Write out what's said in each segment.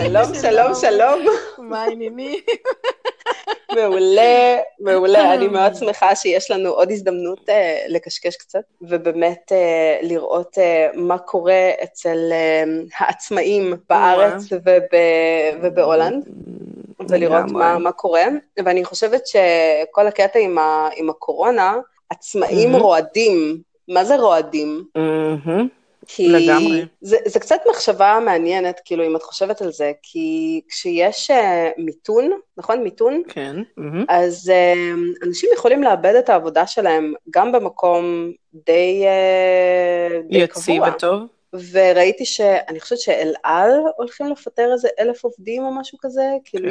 שלום, שלום, שלום. מה העניינים? מעולה, מעולה. אני מאוד שמחה שיש לנו עוד הזדמנות לקשקש קצת, ובאמת לראות מה קורה אצל העצמאים בארץ ובהולנד, ולראות מה קורה. ואני חושבת שכל הקטע עם הקורונה, עצמאים רועדים. מה זה רועדים? לגמרי. זה קצת מחשבה מעניינת, כאילו, אם את חושבת על זה, כי כשיש מיתון, נכון? מיתון? כן. אז אנשים יכולים לאבד את העבודה שלהם גם במקום די יציב קבוע. וטוב. וראיתי אני חושבת שאל על הולכים לפטר איזה 1,000 עובדים או משהו כזה, כאילו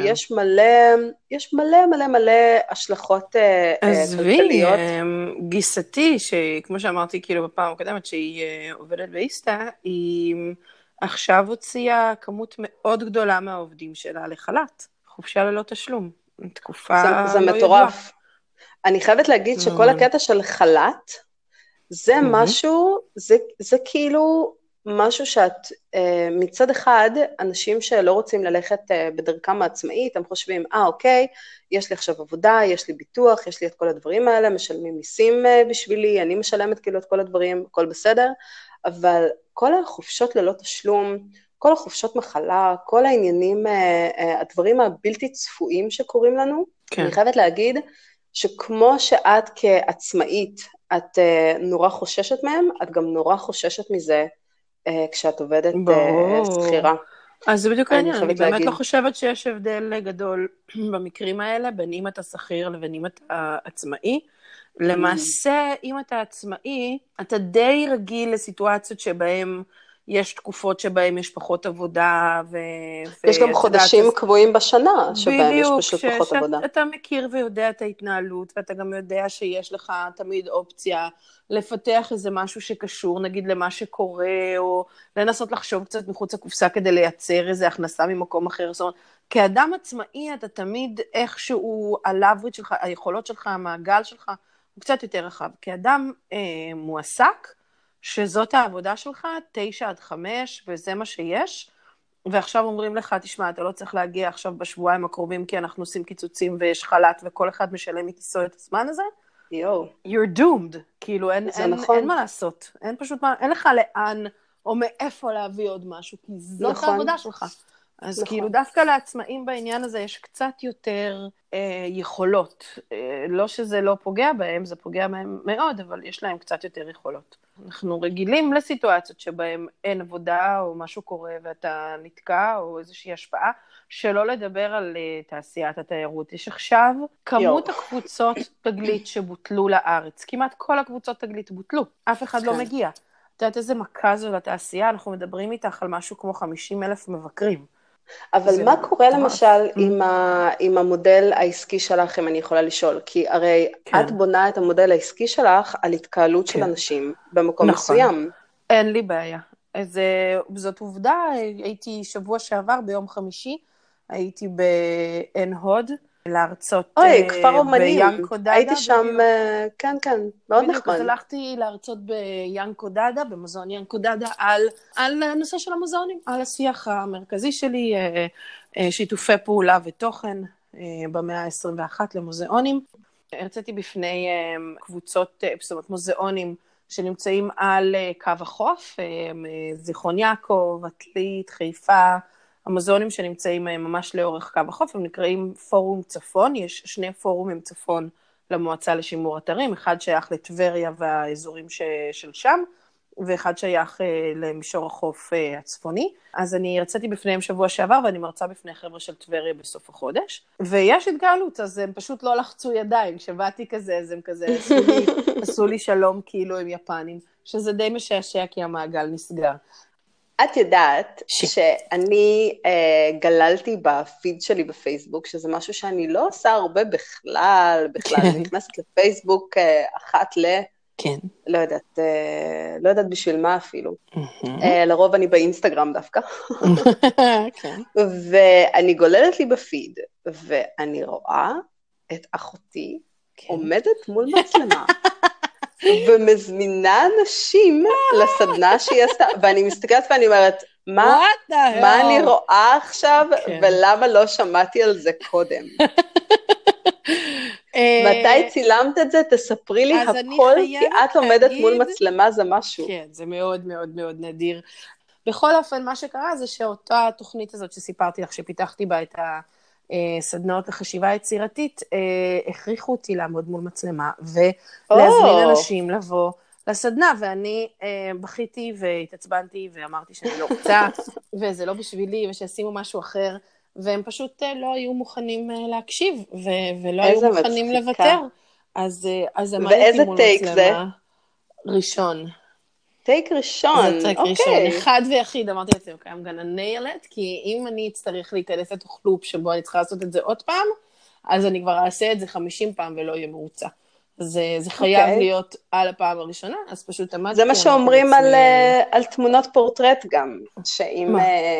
יש מלא השלכות כלכליות. גיסתי, שכמו שאמרתי כאילו בפעם הקודמת, שהיא עובדת באיסטה, היא עכשיו הוציאה כמות מאוד גדולה מהעובדים שלה לחל"ת, חופשה ללא תשלום, תקופה זה לא מטורף. אני חייבת להגיד שכל הקטע של חל"ת, זה משהו, זה כאילו משהו שאת, מצד אחד, אנשים שלא רוצים ללכת בדרכם העצמאית, הם חושבים, אוקיי, יש לי עכשיו עבודה, יש לי ביטוח, יש לי את כל הדברים האלה, משלמים מיסים בשבילי, אני משלמת כאילו את כל הדברים, הכל בסדר, אבל כל החופשות ללא תשלום, כל החופשות מחלה, כל העניינים, הדברים הבלתי צפויים שקורים לנו, אני חייבת להגיד, שכמו שאת כעצמאית, את נורא חוששת מהם, את גם נורא חוששת מזה כשאת עובדת שכירה. אז זה בדיוק העניין, אני באמת לא חושבת שיש הבדל גדול במקרים האלה, בין אם אתה שכיר לבין אם אתה עצמאי. למעשה, אם אתה עצמאי, אתה די רגיל לסיטואציות שבהן יש תקופות שבהן יש פחות עבודה, יש גם חודשים קבועים בשנה שבהם יש פשוט פחות עבודה. בדיוק, שאתה מכיר ויודע את ההתנהלות, ואתה גם יודע שיש לך תמיד אופציה לפתח איזה משהו שקשור, נגיד למה שקורה, או לנסות לחשוב קצת מחוץ לקופסה כדי לייצר איזה הכנסה ממקום אחר. זאת אומרת, כאדם עצמאי אתה תמיד איכשהו, הלברית שלך, היכולות שלך, המעגל שלך, הוא קצת יותר רחב. כאדם מועסק, שזאת העבודה שלך, 9-5, וזה מה שיש, ועכשיו אומרים לך, תשמע, אתה לא צריך להגיע עכשיו בשבועיים הקרובים, כי אנחנו עושים קיצוצים ויש חל"ת, וכל אחד משלם מכיסו את הזמן הזה, you're doomed, כאילו אין מה לעשות, אין לך לאן או מאיפה להביא עוד משהו, כי זאת העבודה שלך. אז כאילו דווקא לעצמאים בעניין הזה יש קצת יותר יכולות, לא שזה לא פוגע בהם, זה פוגע בהם מאוד, אבל יש להם קצת יותר יכולות. אנחנו רגילים לסיטואציות שבהם אין עבודה או משהו קורה ואתה נתקע או איזושהי השפעה, שלא לדבר על תעשיית התיירות. יש עכשיו כמות הקבוצות תגלית שבוטלו לארץ, כמעט כל הקבוצות תגלית בוטלו, אף אחד לא מגיע. אתה יודעת איזה מכה זו לתעשייה, אנחנו מדברים איתך על משהו כמו 50,000 מבקרים. אבל מה קורה למשל עם המודל העסקי שלך, אם אני יכולה לשאול? כי הרי את בונה את המודל העסקי שלך על התקהלות של אנשים במקום מסוים. אין לי בעיה. זאת עובדה, הייתי שבוע שעבר ביום חמישי, הייתי בעין הוד, להרצות כפר אומנים. ביאנקו דאדה. הייתי שם, כן, מאוד נחמד. בדיוק, אז הלכתי להרצות ביאנקו דאדה, במוזיאון יאנקו דאדה, על הנושא של המוזיאונים, על השיח המרכזי שלי, שיתופי פעולה ותוכן במאה ה-21 למוזיאונים. הרציתי בפני קבוצות, זאת אומרת, מוזיאונים שנמצאים על קו החוף, זיכרון יעקב, עתלית, חיפה, המוזיאונים שנמצאים ממש לאורך קו החוף, הם נקראים פורום צפון, יש 2 פורומים צפון למועצה לשימור אתרים, אחד שייך לטבריה והאזורים של שם, ואחד שייך למישור החוף הצפוני. אז אני הרציתי בפניהם שבוע שעבר, ואני מרצה בפני חבר'ה של טבריה בסוף החודש, ויש התגלות, אז הם פשוט לא לחצו ידיים, כשבאתי כזה, אז הם כזה עשו לי שלום כאילו עם יפנים, שזה די משעשע כי המעגל נסגר. את יודעת שאני גללתי בפיד שלי בפייסבוק, שזה משהו שאני לא עושה הרבה בכלל, נכנסת לפייסבוק אחת כן. לא יודעת בשביל מה אפילו. לרוב אני באינסטגרם דווקא. כן. ואני גוללת לי בפיד, ואני רואה את אחותי עומדת מול מצלמה, ומזמינה אנשים לסדנה שהיא עשתה, ואני מסתכלת ואני אומרת, מה אני רואה עכשיו, כן. ולמה לא שמעתי על זה קודם? מתי צילמת את זה? תספרי לי הכל, כי את עומדת מול מצלמה, זה משהו. כן, זה מאוד מאוד מאוד נדיר. בכל אופן, מה שקרה זה שאותה התוכנית הזאת שסיפרתי לך, שפיתחתי בה את הסדנאות לחשיבה יצירתית, הכריחו אותי לעמוד מול מצלמה, ולהזמין אנשים לבוא לסדנה, ואני בכיתי והתעצבנתי, ואמרתי שאני לא רוצה, וזה לא בשבילי, ושישימו משהו אחר, והם פשוט לא היו מוכנים להקשיב, ולא היו מוכנים לוותר. אז עמדתי מול מצלמה ראשון. טייק ראשון, זה טייק ראשון, אחד ויחיד, אמרתי לעצמי, אוקיי, I'm gonna nail it, כי אם אני אצטרך להיכנס לתוך לופ שבו אני צריכה לעשות את זה עוד פעם, אז אני כבר אעשה את זה 50 פעם ולא יהיה מרוצה. זה חייב להיות על הפעם הראשונה, אז פשוט עמדתי. זה מה שאומרים על תמונות פורטרט גם, שאם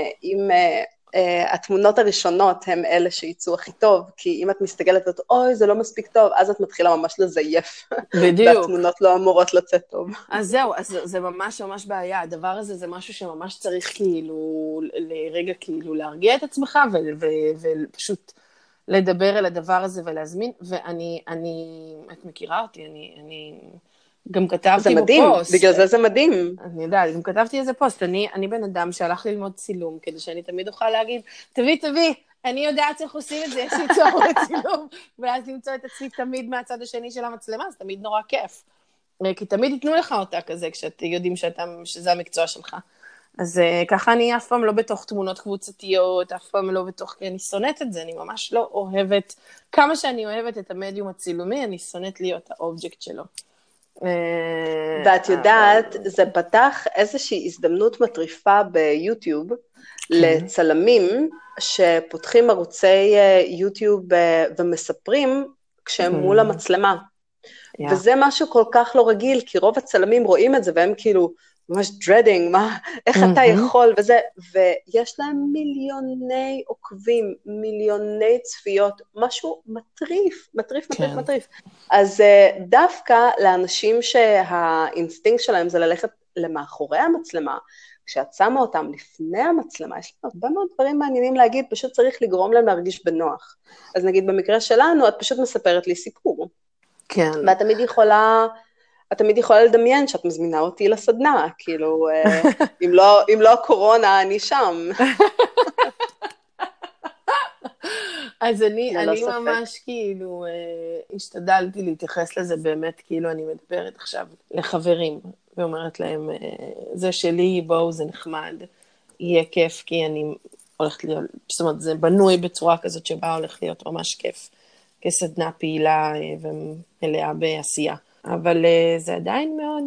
התמונות הראשונות הן אלה שייצאו הכי טוב, כי אם את מסתגלת ואת, אוי, זה לא מספיק טוב, אז את מתחילה ממש לזייף. בדיוק. והתמונות לא אמורות לצאת טוב. אז זהו, אז זה ממש ממש בעיה. הדבר הזה זה משהו שממש צריך כאילו, לרגע כאילו להרגיע את עצמך, ופשוט לדבר על הדבר הזה ולהזמין, ואני, את מכירה אותי, אני גם כתבתי בפוסט. זה מדהים, בגלל זה מדהים. אני יודעת, גם כתבתי איזה פוסט, אני בן אדם שהלך ללמוד צילום, כדי שאני תמיד אוכל להגיד, תביא, אני יודעת איך עושים את זה, יש לי תואר לצילום, ואז למצוא את עצמי תמיד מהצד השני של המצלמה, זה תמיד נורא כיף. כי תמיד ייתנו לך אותה כזה, כשאתם יודעים שזה המקצוע שלך. אז ככה אני אף פעם לא בתוך תמונות קבוצתיות, אף פעם לא בתוך, כי אני שונאת את זה, אני ממש לא אוהבת, כמה שאני אוהבת את המדיום הצילומי, אני שונאת להיות האובייקט שלו. ואת יודעת, זה פתח איזושהי הזדמנות מטריפה ביוטיוב, לצלמים שפותחים ערוצי יוטיוב ומספרים כשהם מול המצלמה. וזה משהו כל כך לא רגיל, כי רוב הצלמים רואים את זה, והם כאילו ממש dreading, איך אתה יכול, וזה, ויש להם מיליוני עוקבים, מיליוני צפיות, משהו מטריף. אז דווקא לאנשים שהאינסטינקט שלהם זה ללכת למאחורי המצלמה, כשאת שמה אותם לפני המצלמה, יש להם הרבה מאוד דברים מעניינים להגיד, פשוט צריך לגרום להם להרגיש בנוח. אז נגיד במקרה שלנו, את פשוט מספרת לי סיפור. כן. ואת תמיד יכולה לדמיין שאת מזמינה אותי לסדנה, כאילו, אם לא הקורונה, אני שם. אז אני ממש כאילו, השתדלתי להתייחס לזה באמת, כאילו אני מדברת עכשיו לחברים, ואומרת להם, זה שלי, בואו, זה נחמד, יהיה כיף, כי אני הולכת להיות, זאת אומרת, זה בנוי בצורה כזאת שבה הולך להיות ממש כיף, כסדנה פעילה ומלאה בעשייה. אבל זה עדיין מאוד,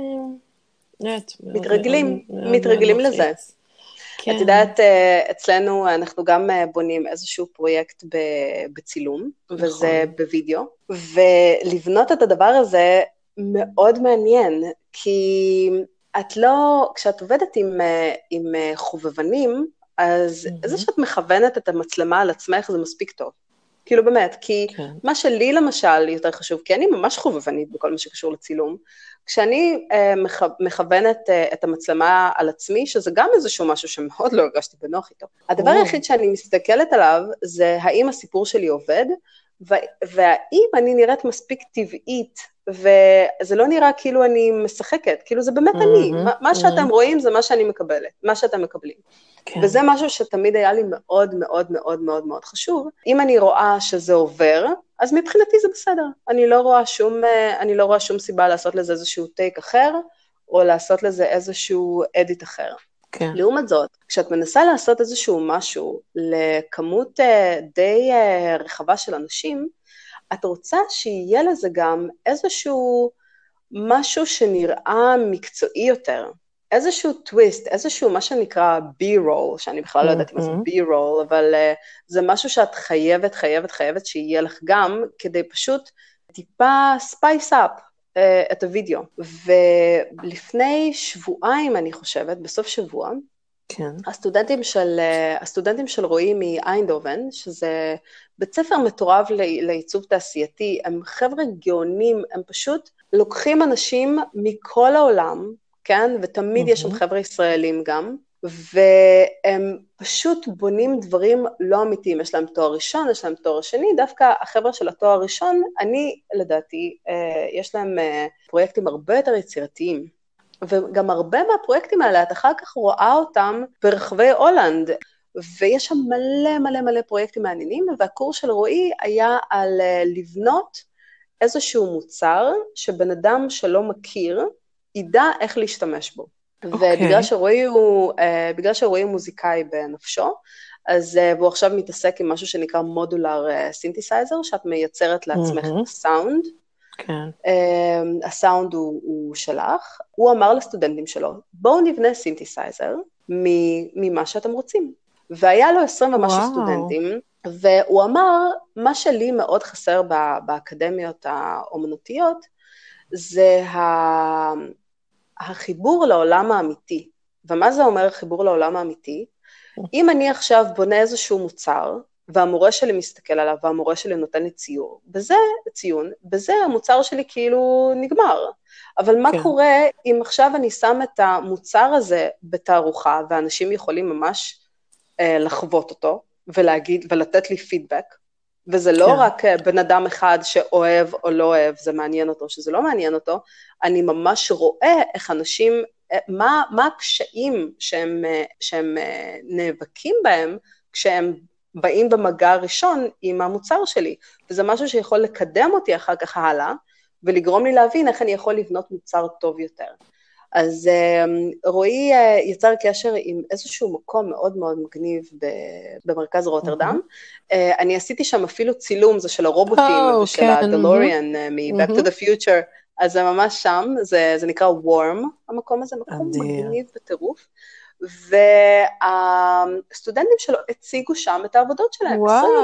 מתרגלים לזה. את יודעת, אצלנו אנחנו גם בונים איזשהו פרויקט בצילום, וזה בווידאו, ולבנות את הדבר הזה מאוד מעניין, כי כשאת עובדת עם חובבנים, אז זה שאת מכוונת את המצלמה על עצמך זה מספיק טוב. כאילו באמת, כי מה שלי למשל יותר חשוב, כי אני ממש חובבנית בכל מה שקשור לצילום, כשאני מכוונת את המצלמה על עצמי, שזה גם איזשהו משהו שמאוד לא הרגשתי בנוח איתו. הדבר היחיד שאני מסתכלת עליו, זה האם הסיפור שלי עובד, והאם אני נראית מספיק טבעית, וזה לא נראה כאילו אני משחקת, כאילו זה באמת אני, מה שאתם רואים זה מה שאני מקבלת, מה שאתם מקבלים. וזה משהו שתמיד היה לי מאוד מאוד מאוד מאוד מאוד חשוב. אם אני רואה שזה עובר, אז מבחינתי זה בסדר. אני לא רואה שום סיבה לעשות לזה איזשהו טייק אחר, או לעשות לזה איזשהו אדיט אחר. כן. לעומת זאת, כשאת מנסה לעשות איזשהו משהו לכמות די רחבה של אנשים, את רוצה שיהיה לזה גם איזשהו משהו שנראה מקצועי יותר. איזשהו טוויסט, איזשהו מה שנקרא B-roll, שאני בכלל לא יודעת מה זה B-roll, אבל זה משהו שאת חייבת שיהיה לך גם, כדי פשוט טיפה spice up את הוידאו. ולפני שבועיים, אני חושבת, בסוף שבוע, הסטודנטים של רועי מאיינדהובן, שזה בית ספר מטורף לעיצוב תעשייתי, הם חבר'ה גאונים, הם פשוט לוקחים אנשים מכל העולם, כן? ותמיד יש שם חבר'ה ישראלים גם, והם פשוט בונים דברים לא אמיתיים, יש להם תואר ראשון, יש להם תואר שני, דווקא החבר'ה של התואר הראשון, אני לדעתי, יש להם פרויקטים הרבה יותר יצירתיים, וגם הרבה מהפרויקטים האלה, את אחר כך רואה אותם ברחבי הולנד, ויש שם מלא מלא מלא פרויקטים מעניינים, והקורס של רועי היה על לבנות איזשהו מוצר, שבן אדם שלא מכיר, ידע איך להשתמש בו. ובגלל שרועי הוא מוזיקאי בנפשו, אז הוא עכשיו מתעסק עם משהו שנקרא מודולר סינתסייזר, שאת מייצרת לעצמך את הסאונד. כן. הסאונד הוא שלך. הוא אמר לסטודנטים שלו, בואו נבנה סינתסייזר ממה שאתם רוצים. והיה לו 20 ומשהו סטודנטים, והוא אמר, מה שלי מאוד חסר באקדמיות האומנותיות, זה החיבור לעולם האמיתי. ומה זה אומר חיבור לעולם האמיתי? אם אני עכשיו בונה איזשהו מוצר, והמורה שלי מסתכל עליו, והמורה שלי נותן לי ציון, בזה המוצר שלי כאילו נגמר. אבל מה קורה אם עכשיו אני שם את המוצר הזה בתערוכה, ואנשים יכולים ממש לחוות אותו, ולהגיד, ולתת לי פידבק, וזה לא רק בן אדם אחד שאוהב או לא אוהב, זה מעניין אותו, שזה לא מעניין אותו, אני ממש רואה איך אנשים, מה הקשיים שהם נאבקים בהם, כשהם באים במגע הראשון עם המוצר שלי, וזה משהו שיכול לקדם אותי אחר כך הלאה, ולגרום לי להבין איך אני יכול לבנות מוצר טוב יותר. אז רועי יצר קשר עם איזשהו מקום מאוד מאוד מגניב במרכז רוטרדם. אני עשיתי שם אפילו צילום, זה של הרובוטים ושל הדלוריאן מ-Back to the Future, אז זה ממש שם, זה נקרא Warm, המקום הזה, מקום מגניב בטירוף, והסטודנטים שלו הציגו שם את העבודות שלהם,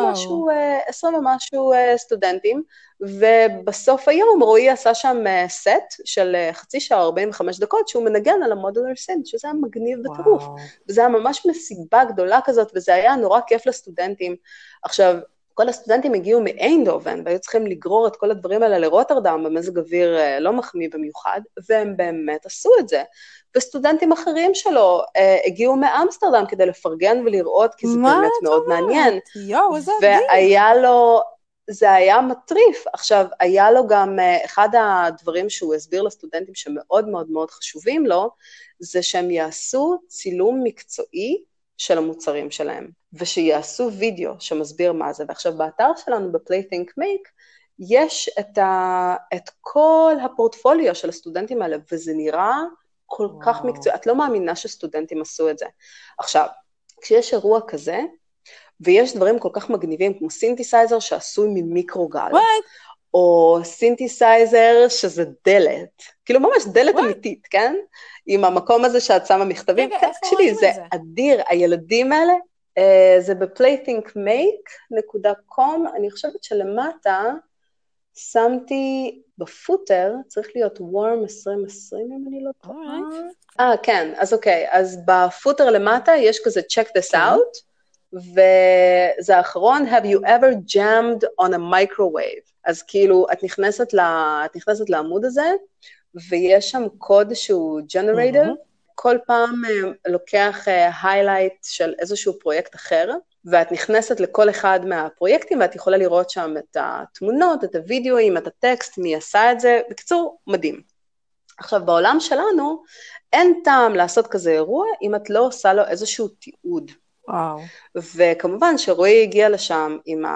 20 ומשהו סטודנטים, ובסוף היום רועי עשה שם סט של חצי שעה, 45 דקות, שהוא מנגן על המודולר סינט, שזה היה מגניב בטירוף, וזה היה ממש מסיבה גדולה כזאת, וזה היה נורא כיף לסטודנטים. עכשיו, כל הסטודנטים הגיעו מאיינדהובן, והיו צריכים לגרור את כל הדברים האלה לרוטרדם, במזג אוויר לא מחמיא במיוחד, והם באמת עשו את זה. וסטודנטים אחרים שלו הגיעו מאמסטרדם כדי לפרגן ולראות, כי זה באמת מאוד מעניין. והיה לו, זה היה מטריף. עכשיו, היה לו גם אחד הדברים שהוא הסביר לסטודנטים שמאוד מאוד מאוד חשובים לו, זה שהם יעשו צילום מקצועי של המוצרים שלהם, ושיעשו וידאו שמסביר מה זה. ועכשיו באתר שלנו, ב-Play Think Make, יש את כל הפורטפוליו של הסטודנטים האלה, וזה נראה כל כך מקצועי. את לא מאמינה שסטודנטים עשו את זה. עכשיו, כשיש אירוע כזה, ויש דברים כל כך מגניבים, כמו סינתסייזר שעשוי ממיקרוגל, או סינתסייזר שזה דלת, כאילו ממש דלת אמיתית, כן? עם המקום הזה שאת שמה מכתבים, תקשיבי, זה אדיר, הילדים האלה, זה ב-playthinkmake.com, אני חושבת שלמטה, שמתי בפוטר, צריך להיות Warm 2020 אם אני לא טועה. כן, אז אוקיי, אז בפוטר למטה יש כזה check this out, וזה האחרון, have you ever jammed on a microwave? אז כאילו, את נכנסת לעמוד הזה, ויש שם קוד שהוא generator, כל פעם לוקח highlight של איזשהו פרויקט אחר, ואת נכנסת לכל אחד מהפרויקטים, ואת יכולה לראות שם את התמונות, את הוידאוים, את הטקסט, מי עשה את זה, בקיצור, מדהים. עכשיו, בעולם שלנו, אין טעם לעשות כזה אירוע, אם את לא עושה לו איזשהו תיעוד. וואו. וכמובן שרועי הגיע לשם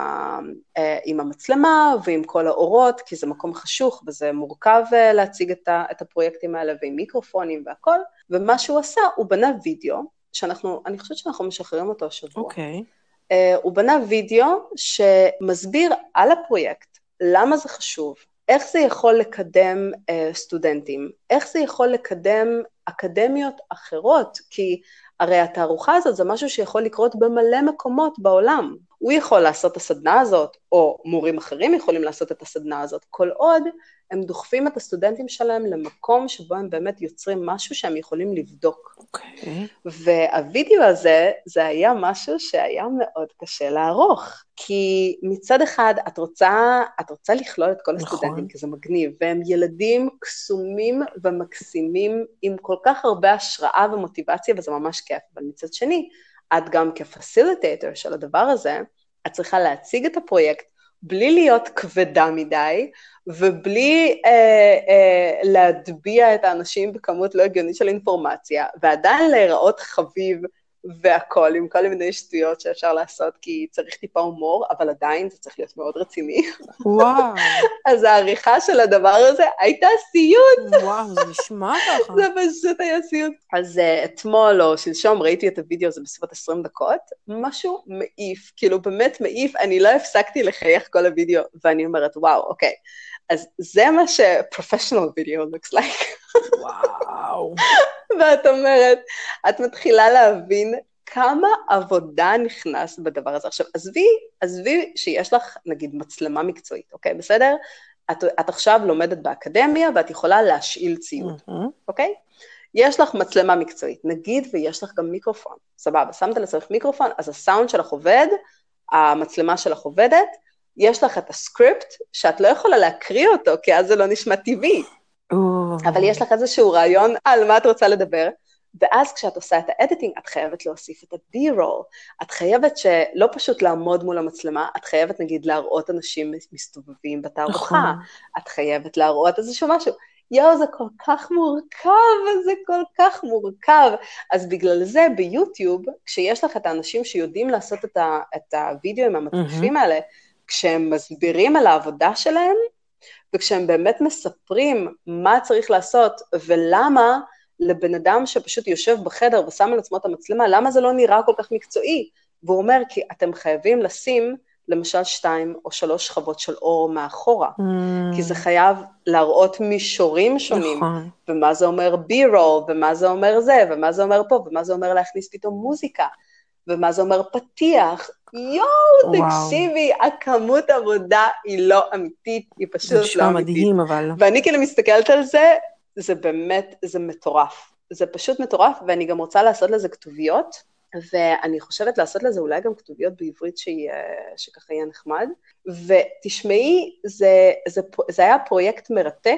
עם המצלמה ועם כל האורות, כי זה מקום חשוך וזה מורכב להציג את הפרויקטים האלה ועם מיקרופונים והכל, ומה שהוא עשה, הוא בנה וידאו, אני חושבת שאנחנו משחררים אותו השבוע. אוקיי. הוא בנה וידאו שמסביר על הפרויקט, למה זה חשוב, איך זה יכול לקדם סטודנטים, איך זה יכול לקדם אקדמיות אחרות, כי הרי התערוכה הזאת זה משהו שיכול לקרות במלא מקומות בעולם. הוא יכול לעשות את הסדנה הזאת, או מורים אחרים יכולים לעשות את הסדנה הזאת, כל עוד הם דוחפים את הסטודנטים שלהם למקום שבו הם באמת יוצרים משהו שהם יכולים לבדוק. והווידאו הזה, זה היה משהו שהיה מאוד קשה לערוך, כי מצד אחד את רוצה לכלול את כל הסטודנטים, כי זה מגניב, והם ילדים קסומים ומקסימים, עם כל כך הרבה השראה ומוטיבציה, וזה ממש כיף, אבל מצד שני, את גם כפסיליטטור של הדבר הזה, את צריכה להציג את הפרויקט, בלי להיות כבדה מדי, ובלי להטביע את האנשים בכמות לא הגיונית של אינפורמציה, ועדיין להיראות חביב והכל, עם כל מיני שטויות שאפשר לעשות, כי צריך טיפה הומור, אבל עדיין זה צריך להיות מאוד רציני. וואו. אז העריכה של הדבר הזה הייתה סיוט. וואו, זה נשמע ככה. זה פשוט היה סיוט. אז אתמול או שלשום ראיתי את הוידאו הזה בסביבות 20 דקות, משהו מעיף, כאילו באמת מעיף, אני לא הפסקתי לחייך כל הוידאו, ואני אומרת, וואו, אוקיי. אז זה מה ש-professional video looks like. וואו. ואת אומרת, את מתחילה להבין כמה עבודה נכנס בדבר הזה. עכשיו, עזבי שיש לך, נגיד, מצלמה מקצועית, אוקיי? בסדר? את עכשיו לומדת באקדמיה, ואת יכולה להשאיל ציוד, אוקיי? יש לך מצלמה מקצועית, נגיד, ויש לך גם מיקרופון. סבבה, שמת לצריך מיקרופון, אז הסאונד שלך עובד, המצלמה שלך עובדת, יש לך את הסקריפט, שאת לא יכולה להקריא אותו, כי אז זה לא נשמע טבעי. אבל יש לך איזשהו רעיון על מה את רוצה לדבר, ואז כשאת עושה את האדיטינג, את חייבת להוסיף את ה-B-roll, את חייבת שלא פשוט לעמוד מול המצלמה, את חייבת נגיד להראות אנשים מסתובבים בתערוכה, את חייבת להראות איזשהו משהו, יואו, זה כל כך מורכב, זה כל כך מורכב, אז בגלל זה ביוטיוב, כשיש לך את האנשים שיודעים לעשות את הוידאוים המטריפים האלה, כשהם מסבירים על העבודה שלהם, וכשהם באמת מספרים מה צריך לעשות, ולמה לבן אדם שפשוט יושב בחדר ושם על עצמו את המצלמה, למה זה לא נראה כל כך מקצועי? והוא אומר, כי אתם חייבים לשים, למשל 2 או 3 שכבות של אור מאחורה, כי זה חייב להראות מישורים שונים, ומה זה אומר B-roll, ומה זה אומר זה, ומה זה אומר פה, ומה זה אומר להכניס פתאום מוזיקה, ומה זה אומר פתיח, יואו, תקשיבי, הכמות עבודה היא לא אמיתית, היא פשוט לא אמיתית. מדהים, אבל. ואני כאילו מסתכלת על זה, זה באמת, זה מטורף. זה פשוט מטורף, ואני גם רוצה לעשות לזה כתוביות, ואני חושבת לעשות לזה אולי גם כתוביות בעברית שככה יהיה נחמד, ותשמעי, זה היה פרויקט מרתק,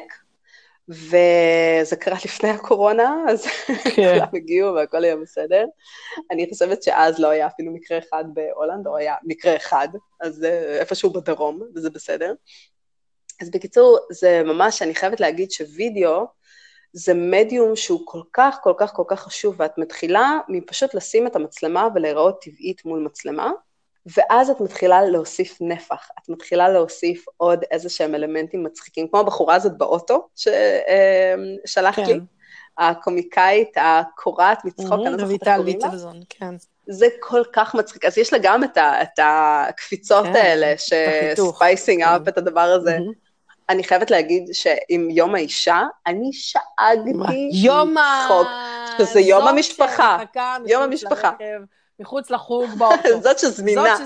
וזה קרה לפני הקורונה, אז כולם הגיעו והכל היה בסדר. אני חושבת שאז לא היה אפילו מקרה אחד בהולנד, או היה מקרה אחד, אז איפשהו בדרום, וזה בסדר. אז בקיצור, זה ממש, אני חייבת להגיד שווידאו, זה מדיום שהוא כל כך, כל כך, כל כך חשוב, ואת מתחילה מפשוט לשים את המצלמה ולהיראות טבעית מול מצלמה, ואז את מתחילה להוסיף נפח, את מתחילה להוסיף עוד איזה שהם אלמנטים מצחיקים, כמו הבחורה הזאת באוטו ששלחת לי, הקומיקאית, הקוראת מצחוק, אני לא זוכרת את הקוראים לה. כן. זה כל כך מצחיק, אז יש לה גם את הקפיצות האלה, שספייסינג אפ את הדבר הזה. אני חייבת להגיד שעם יום האישה, אני שאגתי מצחוק, שזה יום המשפחה, יום המשפחה. מחוץ לחוג באוטו. זאת שזמינה.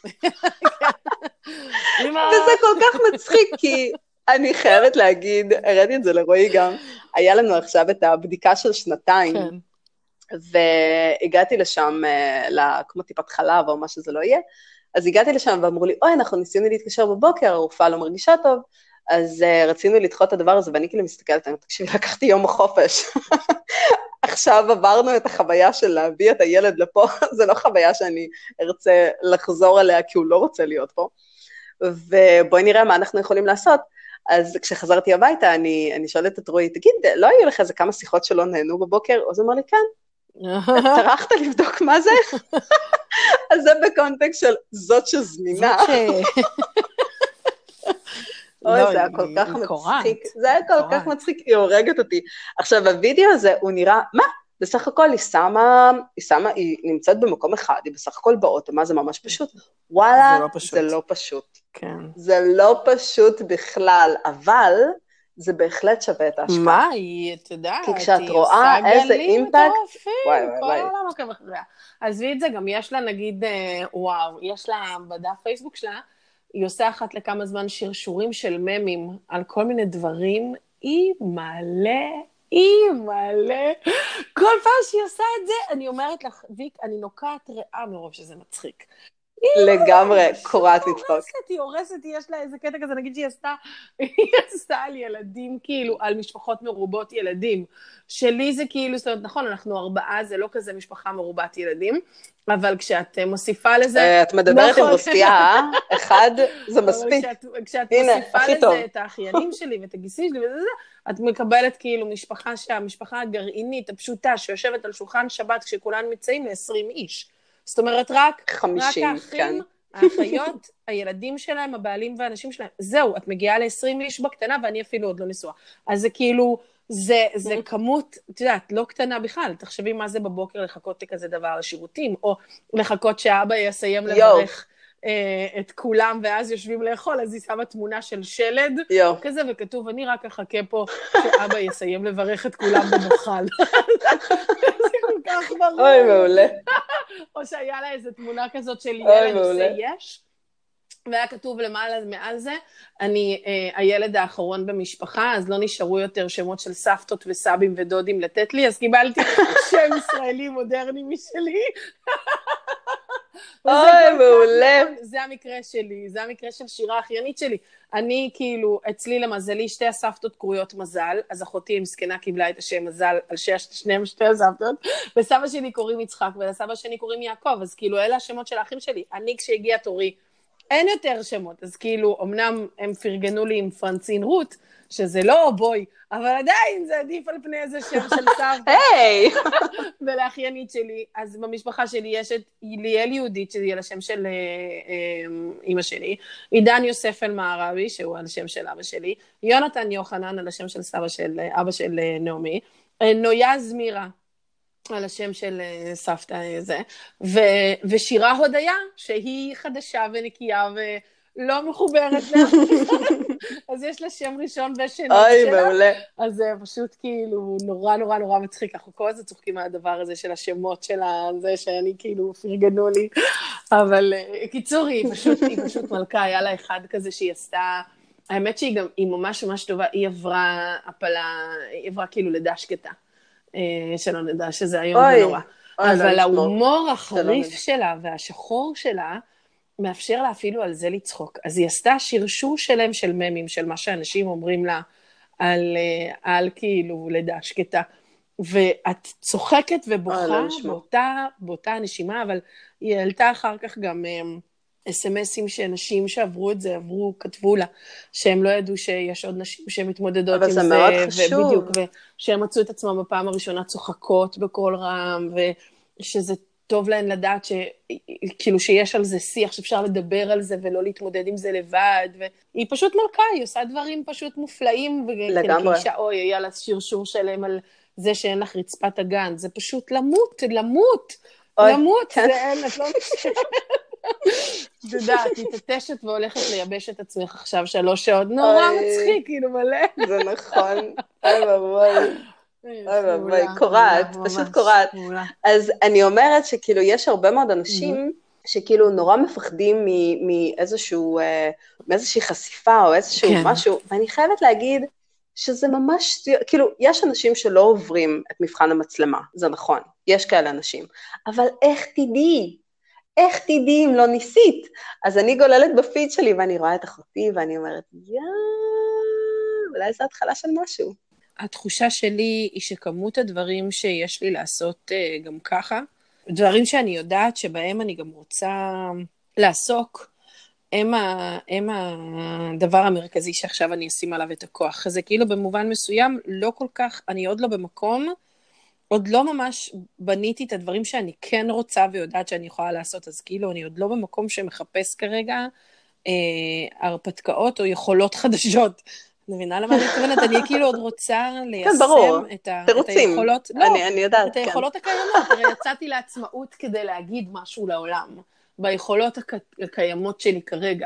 וזה כל כך מצחיק, כי אני חייבת להגיד, הראיתי את זה לרועי גם, היה לנו עכשיו את הבדיקה של 2, והגעתי לשם, כמו טיפת חלב או מה שזה לא יהיה, אז הגעתי לשם ואמרו לי, אוי, אנחנו ניסינו להתקשר בבוקר, הרופאה לא מרגישה טוב, אז רצינו לדחות את הדבר הזה, ואני כאילו מסתכלת, תקשיבי, לקחתי יום החופש. עכשיו עברנו את החוויה של להביא את הילד לפה, זה לא חוויה שאני ארצה לחזור עליה, כי הוא לא רוצה להיות פה, ובואי נראה מה אנחנו יכולים לעשות. אז כשחזרתי הביתה, אני שואלת את רועי, תגיד, לא היו לך איזה כמה שיחות שלא נהנו בבוקר? אז הוא אמר לי, כן. טרחת לבדוק מה זה? אז זה בקונטקסט של זאת שזמינה. אוי, זה היה כל כך מצחיק, זה היה כל כך מצחיק, היא הורגת אותי. עכשיו, הווידאו הזה, הוא נראה, מה? בסך הכל היא נמצאת במקום אחד, היא בסך הכל באוטו, מה זה ממש פשוט? וואלה, זה לא פשוט. זה לא פשוט בכלל, אבל זה בהחלט שווה את ההשקעה. מה היא, אתה יודע, כי כשאת רואה איזה אימפקט, וואי, כל העולם עוקב אחריה. עזבי את זה, גם יש לה נגיד, וואו, יש לה בדף פייסבוק שלה, היא עושה אחת לכמה זמן שרשורים של ממים על כל מיני דברים, היא מלא. כל פעם שהיא עושה את זה, אני אומרת לך, ויק, אני נוקעת ריאה מרוב שזה מצחיק. לגמרי, קוראת לצחוק. היא הורסת, יש לה איזה קטע כזה, נגיד שהיא עשתה על ילדים, כאילו, על משפחות מרובות ילדים. שלי זה כאילו, זאת אומרת, נכון, אנחנו 4, זה לא כזה משפחה מרובת ילדים, אבל כשאת מוסיפה לזה... את מדברת עם רוסיה, אחד, זה מספיק. כשאת מוסיפה לזה את האחיינים שלי ואת הגיסים שלי וזה, את מקבלת כאילו משפחה שהמשפחה הגרעינית, הפשוטה, שיושבת על שולחן שבת כשכולן מצאים ל-20 איש. זאת אומרת, רק 50, האחים, האחיות, הילדים שלהם, הבעלים והאנשים שלהם, זהו, את מגיעה ל-20 איש בקטנה, ואני אפילו עוד לא נשואה. אז זה כאילו, זה כמות, את יודעת, לא קטנה בכלל, תחשבי מה זה בבוקר לחכות לכזה דבר לשירותים, או לחכות שהאבא יסיים לברך את כולם, ואז יושבים לאכול, אז היא שמה תמונה של שלד, כזה, וכתוב, אני רק אחכה פה שאבא יסיים לברך את כולם ונאכל. זה כל כך ברור. אוי, מעולה. או שהיה לה איזו תמונה כזאת של ילד עושה יש, והיה כתוב למעלה מעל זה, אני הילד האחרון במשפחה, אז לא נשארו יותר שמות של סבתות וסבים ודודים לתת לי, אז קיבלתי שם ישראלי מודרני משלי. אוי, מעולה. זה המקרה שלי, זה המקרה של שירה האחיינית שלי. אני כאילו, אצלי למזלי, שתי הסבתות קרויות מזל, אז אחותי מסכנה קיבלה את השם מזל על שניהם שתי הסבתות, וסבא שלי קוראים יצחק, ולסבא שני קוראים יעקב, אז כאילו אלה השמות של האחים שלי. אני כשהגיע תורי, אין יותר שמות, אז כאילו, אמנם הם פרגנו לי עם פרנצין רות, שזה לא בוי, אבל עדיין זה עדיף על פני איזה שם של סבתא. היי! ולאחיינית שלי, אז במשפחה שלי יש את ליאל יהודית, שזה על השם של אמא שלי, עידן יוסף אל-מערבי, שהוא על השם של אבא שלי, יונתן יוחנן על השם של אבא של נעמי, נויה זמירה, על השם של סבתא זה, ושירה הודיה, שהיא חדשה ונקייה ולא מחוברת לאף אחד, אז יש לה שם ראשון ושני שלה. אוי, מעולה. אז זה פשוט כאילו נורא נורא נורא מצחיק, אנחנו כל הזמן צוחקים מהדבר הזה של השמות של זה שאני כאילו פרגנו לי, אבל קיצור היא פשוט מלכה, היה לה אחד כזה שהיא עשתה, האמת שהיא גם, היא ממש ממש טובה, היא עברה הפלה, היא עברה כאילו לידה שקטה. שלא נדע שזה היום ונורא. אבל ההומור החריף שלה והשחור שלה מאפשר לה אפילו על זה לצחוק. אז היא עשתה שרשור שלם של ממים, של מה שאנשים אומרים לה על כאילו לידה שקטה. ואת צוחקת ובוכה באותה נשימה, אבל היא העלתה אחר כך גם אס-אמסים שאנשים שעברו את זה, כתבו לה, שהם לא ידעו שיש עוד נשים שמתמודדות עם זה. אבל זה מאוד חשוב. ובדיוק, ושהם מצאו את עצמם בפעם הראשונה צוחקות בכל רם, ושזה טוב להן לדעת כאילו שיש על זה שיח, שאפשר לדבר על זה ולא להתמודד עם זה לבד, והיא פשוט מלכה, היא עושה דברים פשוט מופלאים, לגמרי. וכאישה, אוי, היה לה שרשור שלהם על זה שאין לך רצפת הגן, זה פשוט למות, זה אין, את לא משנה. אתה יודעת, מתעטשת והולכת לייבש את עצמך עכשיו 3 שעות, נורא מצחיק, כאילו מלא. זה נכון, אוי, קוראת, פשוט קוראת. אז אני אומרת שכאילו יש הרבה מאוד אנשים שכאילו נורא מפחדים מאיזושהי חשיפה או איזשהו משהו, ואני חייבת להגיד שזה ממש, כאילו יש אנשים שלא עוברים את מבחן המצלמה, זה נכון, יש כאלה אנשים, אבל איך תדעי אם לא ניסית? אז אני גוללת בפיד שלי, ואני רואה את אחותי, ואני אומרת, אולי זו התחלה של משהו. התחושה שלי היא שכמות הדברים שיש לי לעשות גם ככה, דברים שאני יודעת שבהם אני גם רוצה לעסוק, הם הדבר המרכזי שעכשיו אני אשים עליו את הכוח. זה כאילו במובן מסוים לא כל כך, אני עוד לא במקום, עוד לא ממש בניתי את הדברים שאני כן רוצה ויודעת שאני יכולה לעשות, אז כאילו אני עוד לא במקום שמחפש כרגע הרפתקאות או יכולות חדשות. אני מבינה למה אני מתכוונת, אני כאילו עוד רוצה ליישם את היכולות, את היכולות הקיימות, הרי יצאתי לעצמאות כדי להגיד משהו לעולם, ביכולות הקיימות שלי כרגע,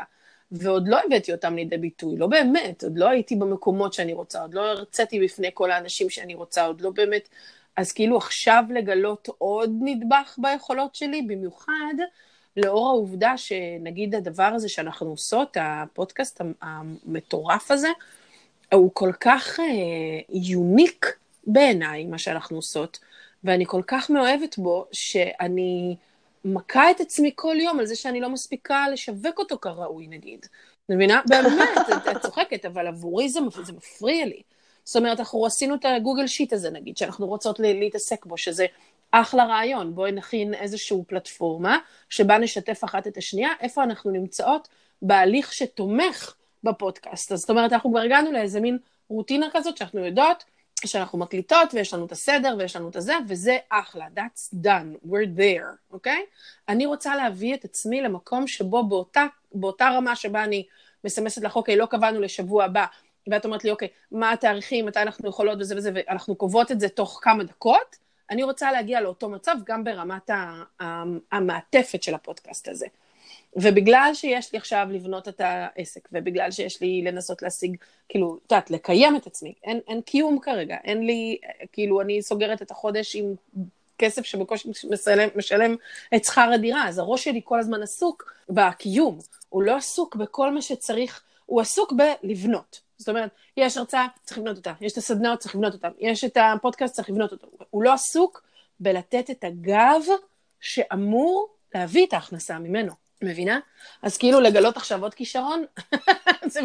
ועוד לא הבאתי אותם לידי ביטוי, לא באמת, עוד לא הייתי במקומות שאני רוצה, עוד לא הרציתי בפני כל האנשים שאני רוצה, עוד לא באמת, אז כאילו עכשיו לגלות עוד נדבך ביכולות שלי, במיוחד לאור העובדה שנגיד הדבר הזה שאנחנו עושות, הפודקאסט המטורף הזה, הוא כל כך יוניק בעיניי, מה שאנחנו עושות, ואני כל כך מאוהבת בו, שאני מכה את עצמי כל יום על זה שאני לא מספיקה לשווק אותו כראוי, נגיד. מבינה? באמת, את צוחקת, אבל עבורי זה מפריע לי. זאת אומרת, אנחנו עשינו את הגוגל שיט הזה, נגיד, שאנחנו רוצות להתעסק בו, שזה אחלה רעיון. בואי נכין איזושהי פלטפורמה, שבה נשתף אחת את השנייה, איפה אנחנו נמצאות בהליך שתומך בפודקאסט. אז זאת אומרת, אנחנו כבר הגענו לאיזה מין רוטינה כזאת, שאנחנו יודעות, שאנחנו מקליטות, ויש לנו את הסדר, ויש לנו את הזה, וזה אחלה, that's done, we're there, אוקיי? אני רוצה להביא את עצמי למקום שבו באותה רמה שבה אני מסמסת לך, אוקיי, לא קבענו לשבוע הבא, ואת אומרת לי, אוקיי, מה התאריכים, מתי אנחנו יכולות וזה וזה, ואנחנו קובעות את זה תוך כמה דקות, אני רוצה להגיע לאותו מצב, גם ברמת המעטפת של הפודקאסט הזה. ובגלל שיש לי עכשיו לבנות את העסק, ובגלל שיש לי לנסות להשיג, כאילו, לקיים את עצמי, אין קיום כרגע, אין לי, כאילו, אני סוגרת את החודש עם כסף שבקושי משלם את שכר הדירה, אז הראש שלי כל הזמן עסוק בקיום, הוא לא עסוק בכל מה שצריך, הוא עסוק בלבנות. זאת אומרת, יש הרצאה, צריך לבנות אותה, יש את הסדנאות, צריך לבנות אותה, יש את הפודקאסט, צריך לבנות אותו. הוא לא עסוק בלתת את הגב שאמור להביא את ההכנסה ממנו. מבינה? אז כאילו לגלות עכשיו עוד כישרון, זה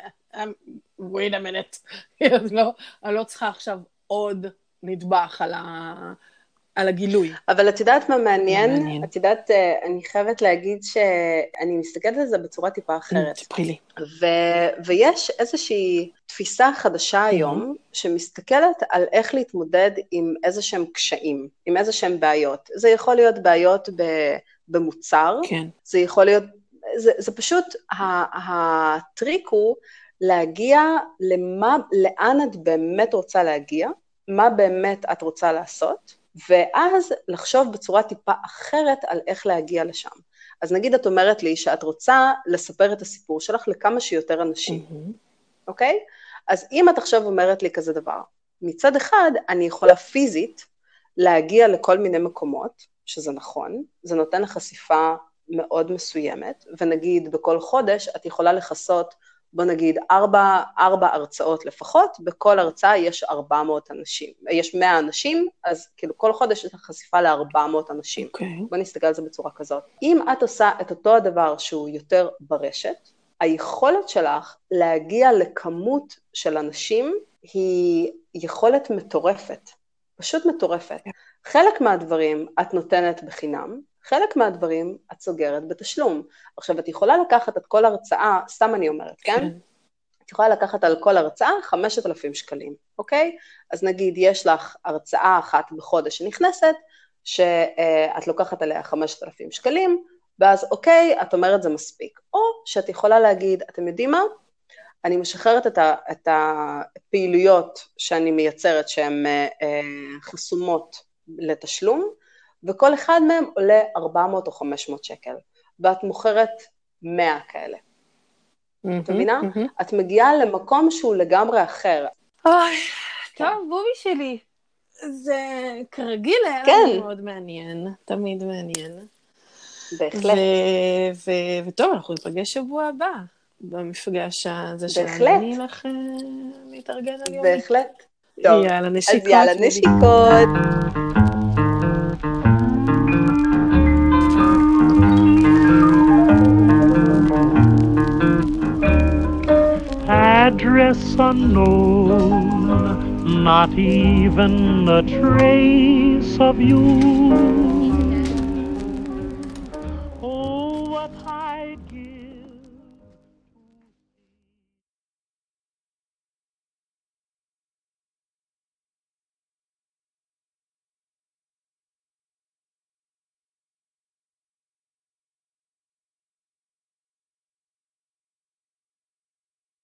wait a minute, אני לא צריכה עכשיו עוד נדבח על הגילוי. אבל את יודעת מה מעניין? את יודעת, אני חייבת להגיד שאני מסתכלת על זה בצורה טיפה אחרת. תספרי לי. ויש איזושהי תפיסה חדשה היום, שמסתכלת על איך להתמודד עם איזשהם קשיים, עם איזשהם בעיות. זה יכול להיות בעיות במוצר, כן. זה יכול להיות, זה פשוט, הטריק הוא להגיע לאן את באמת רוצה להגיע, מה באמת את רוצה לעשות, ואז לחשוב בצורה טיפה אחרת על איך להגיע לשם. אז נגיד את אומרת לי שאת רוצה לספר את הסיפור שלך לכמה שיותר אנשים, אוקיי? אז אם את עכשיו אומרת לי כזה דבר, מצד אחד אני יכולה פיזית להגיע לכל מיני מקומות, שזה נכון, זה נותן לחשיפה מאוד מסוימת, ונגיד בכל חודש את יכולה לחסות, בוא נגיד 4 הרצאות לפחות, בכל הרצאה יש 400 אנשים, יש 100 אנשים, אז כאילו כל חודש יש חשיפה ל400 אנשים. בוא נסתכל על זה בצורה כזאת. אם את עושה את אותו הדבר שהוא יותר ברשת, היכולת שלך להגיע לכמות של אנשים היא יכולת מטורפת, פשוט מטורפת. חלק מהדברים את נותנת בחינם, חלק מהדברים את סוגרת בתשלום. עכשיו, את יכולה לקחת את כל הרצאה, סתם אני אומרת, כן? את יכולה לקחת על כל הרצאה 5,000 שקלים, אוקיי? אז נגיד, יש לך הרצאה אחת בחודש שנכנסת, שאת לוקחת עליה 5,000 שקלים, ואז אוקיי, את אומרת זה מספיק. או שאת יכולה להגיד, אתם יודעים מה? אני משחררת את הפעילויות שאני מייצרת שהן חסומות לתשלום, וכל אחד מהם עולה 400 או 500 שקל, ואת מוכרת 100 כאלה. את מבינה? את מגיעה למקום שהוא לגמרי אחר. טוב, בובי שלי, זה כרגיל היה לנו מאוד מעניין, תמיד מעניין. בהחלט. וטוב, אנחנו נפגש שבוע הבא. במפגש הזה שלנו. בהחלט. אני אלך להתארגן על יומי. בהחלט. טוב, יאללה, נשיקות. אז יאללה, נשיקות. Address unknown, not even a trace of you.